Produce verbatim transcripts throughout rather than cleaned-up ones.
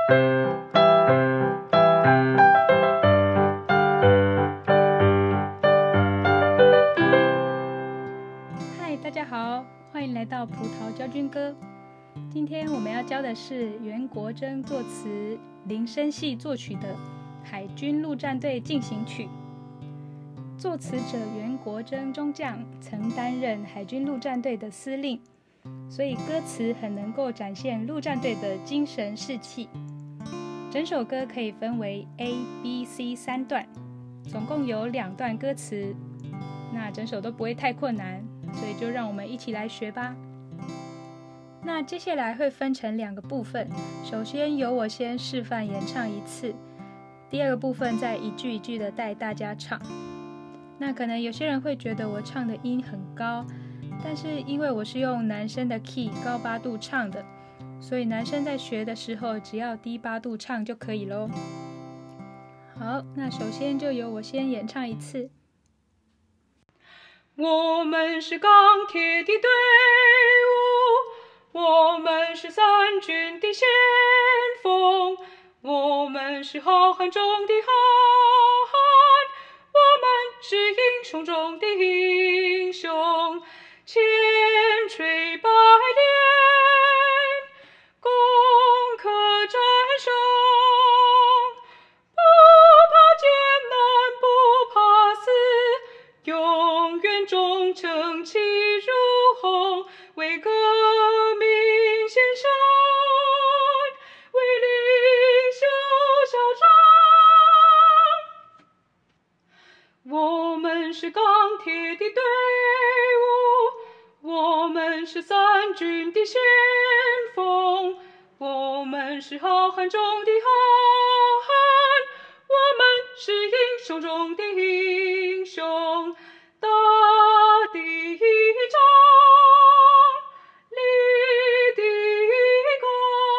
嗨，大家好，欢迎来到葡萄教军歌。今天我们要教的是袁国珍作词、林升系作曲的《海军陆战队进行曲》。作词者袁国珍中将曾担任海军陆战队的司令，所以歌词很能够展现陆战队的精神士气。整首歌可以分为 A、B、C 三段，总共有两段歌词。那整首都不会太困难，所以就让我们一起来学吧。那接下来会分成两个部分，首先由我先示范演唱一次，第二个部分再一句一句的带大家唱。那可能有些人会觉得我唱的音很高，但是因为我是用男生的 key 高八度唱的，所以男生在学的时候只要低八度唱就可以咯。好，那首先就由我先演唱一次。 我们是钢铁的队伍，我们是三军的先锋，我们是浩瀚中的浩瀚，我们是英雄中的英雄，千锤百炼，攻克战胜，不怕艰难，不怕死，永远忠诚气如虹，为革命献身，为领袖效忠。我们是钢铁的队伍，我们是三军的先锋，我们是浩瀚中的浩瀚，我们是英雄中的英雄。打第一仗，立第一功，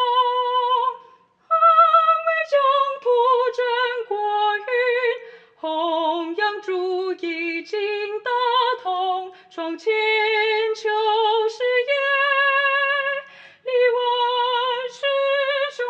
捍卫疆土，振国运，弘扬主义，经大同，创千秋事业，立万世雄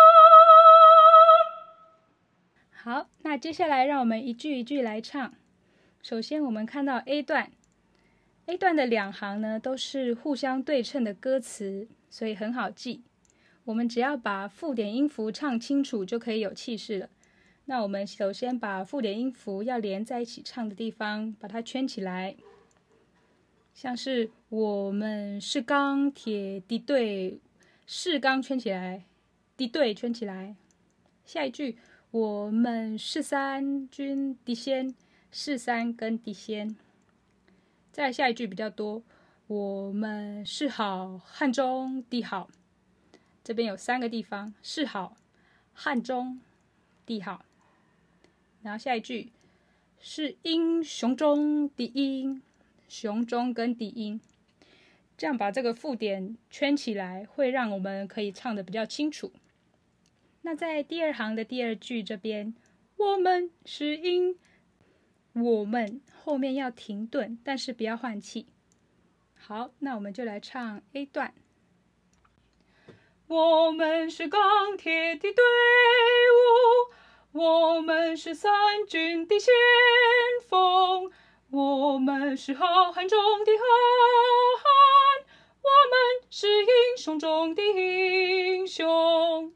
风。 好，那接下来让我们一句一句来唱。首先我们看到 A 段 A 段的两行呢都是互相对称的歌词，所以很好记。我们只要把附点音符唱清楚就可以有气势了。那我们首先把附点音符要连在一起唱的地方把它圈起来，像是我们是钢铁的队，是钢圈起来，的队圈起来。下一句我们是三军的先，是三跟的先。再来下一句比较多，我们是好汉中的好，这边有三个地方，是好汉中的好。然后下一句是英雄中的英，雄中跟的英，这样把这个附点圈起来，会让我们可以唱得比较清楚。那在第二行的第二句这边，我们是英，我们后面要停顿，但是不要换气。好，那我们就来唱 A 段。 我们是钢铁的队伍，我们是三军的先锋，我们是浩瀚中的浩瀚，我们是英雄中的英雄。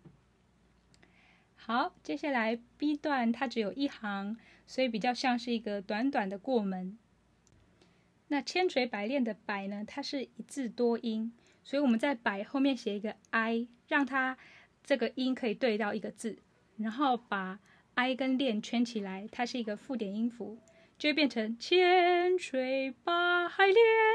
好，接下来 B 段它只有一行，所以比较像是一个短短的过门。那千锤百炼的百呢，它是一字多音，所以我们在百后面写一个 i， 让它这个音可以对到一个字，然后把 i 跟炼圈起来，它是一个附点音符，就会变成千锤百炼。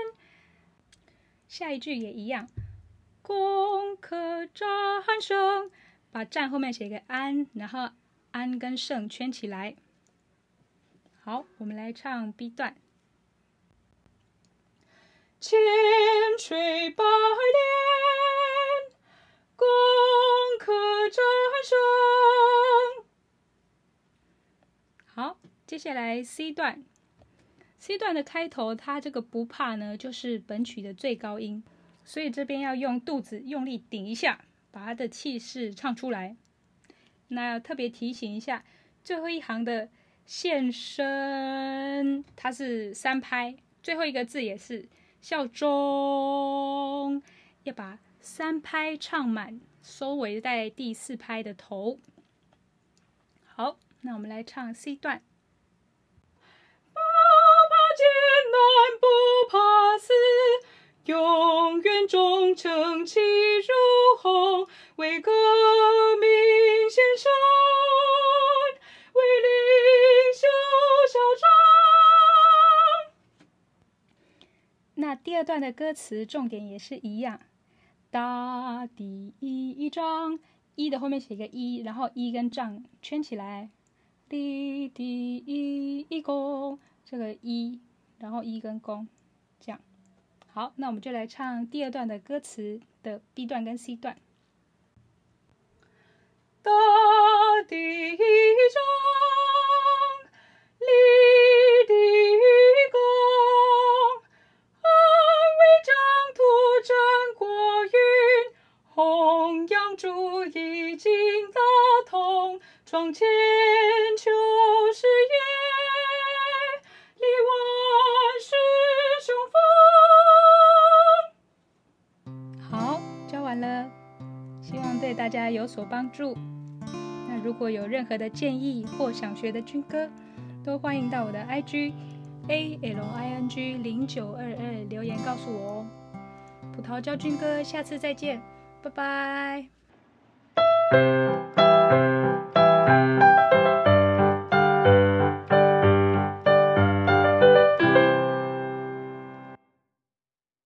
下一句也一样，攻克战胜，把战后面写一个安，然后安跟胜圈起来。好，我们来唱 B 段。 千锤百炼，攻克战胜。 好，接下来 C 段。C 段的开头，它这个不怕呢，就是本曲的最高音，所以这边要用肚子用力顶一下， 把它的气势唱出来。那要特别提醒一下，最后一行的现身，它是三拍，最后一个字也是笑中，要把三拍唱满，收尾在第四拍的头。好，那我们来唱 C 段。 不怕艰难，不怕死，永远忠诚气如虹，为革命献身，为领袖效忠。 那第二段的歌词重点也是一样，大地一丈，一的后面写一个一，然后一跟丈圈起来，立地一功，这个一，然后一跟弓，这样。好，那我们就来唱第二段的歌词的 B 段跟 C 段。 大地一丈，立地一功，安慰疆土振国运，弘扬主义经大同，创千秋事业，立万世雄风。 好，教完了，希望对大家有所帮助。那如果有任何的建议或想学的军歌，都欢迎到我的 I G A L I N G 零九二二留言告诉我哦。葡萄教军歌，下次再见，拜拜。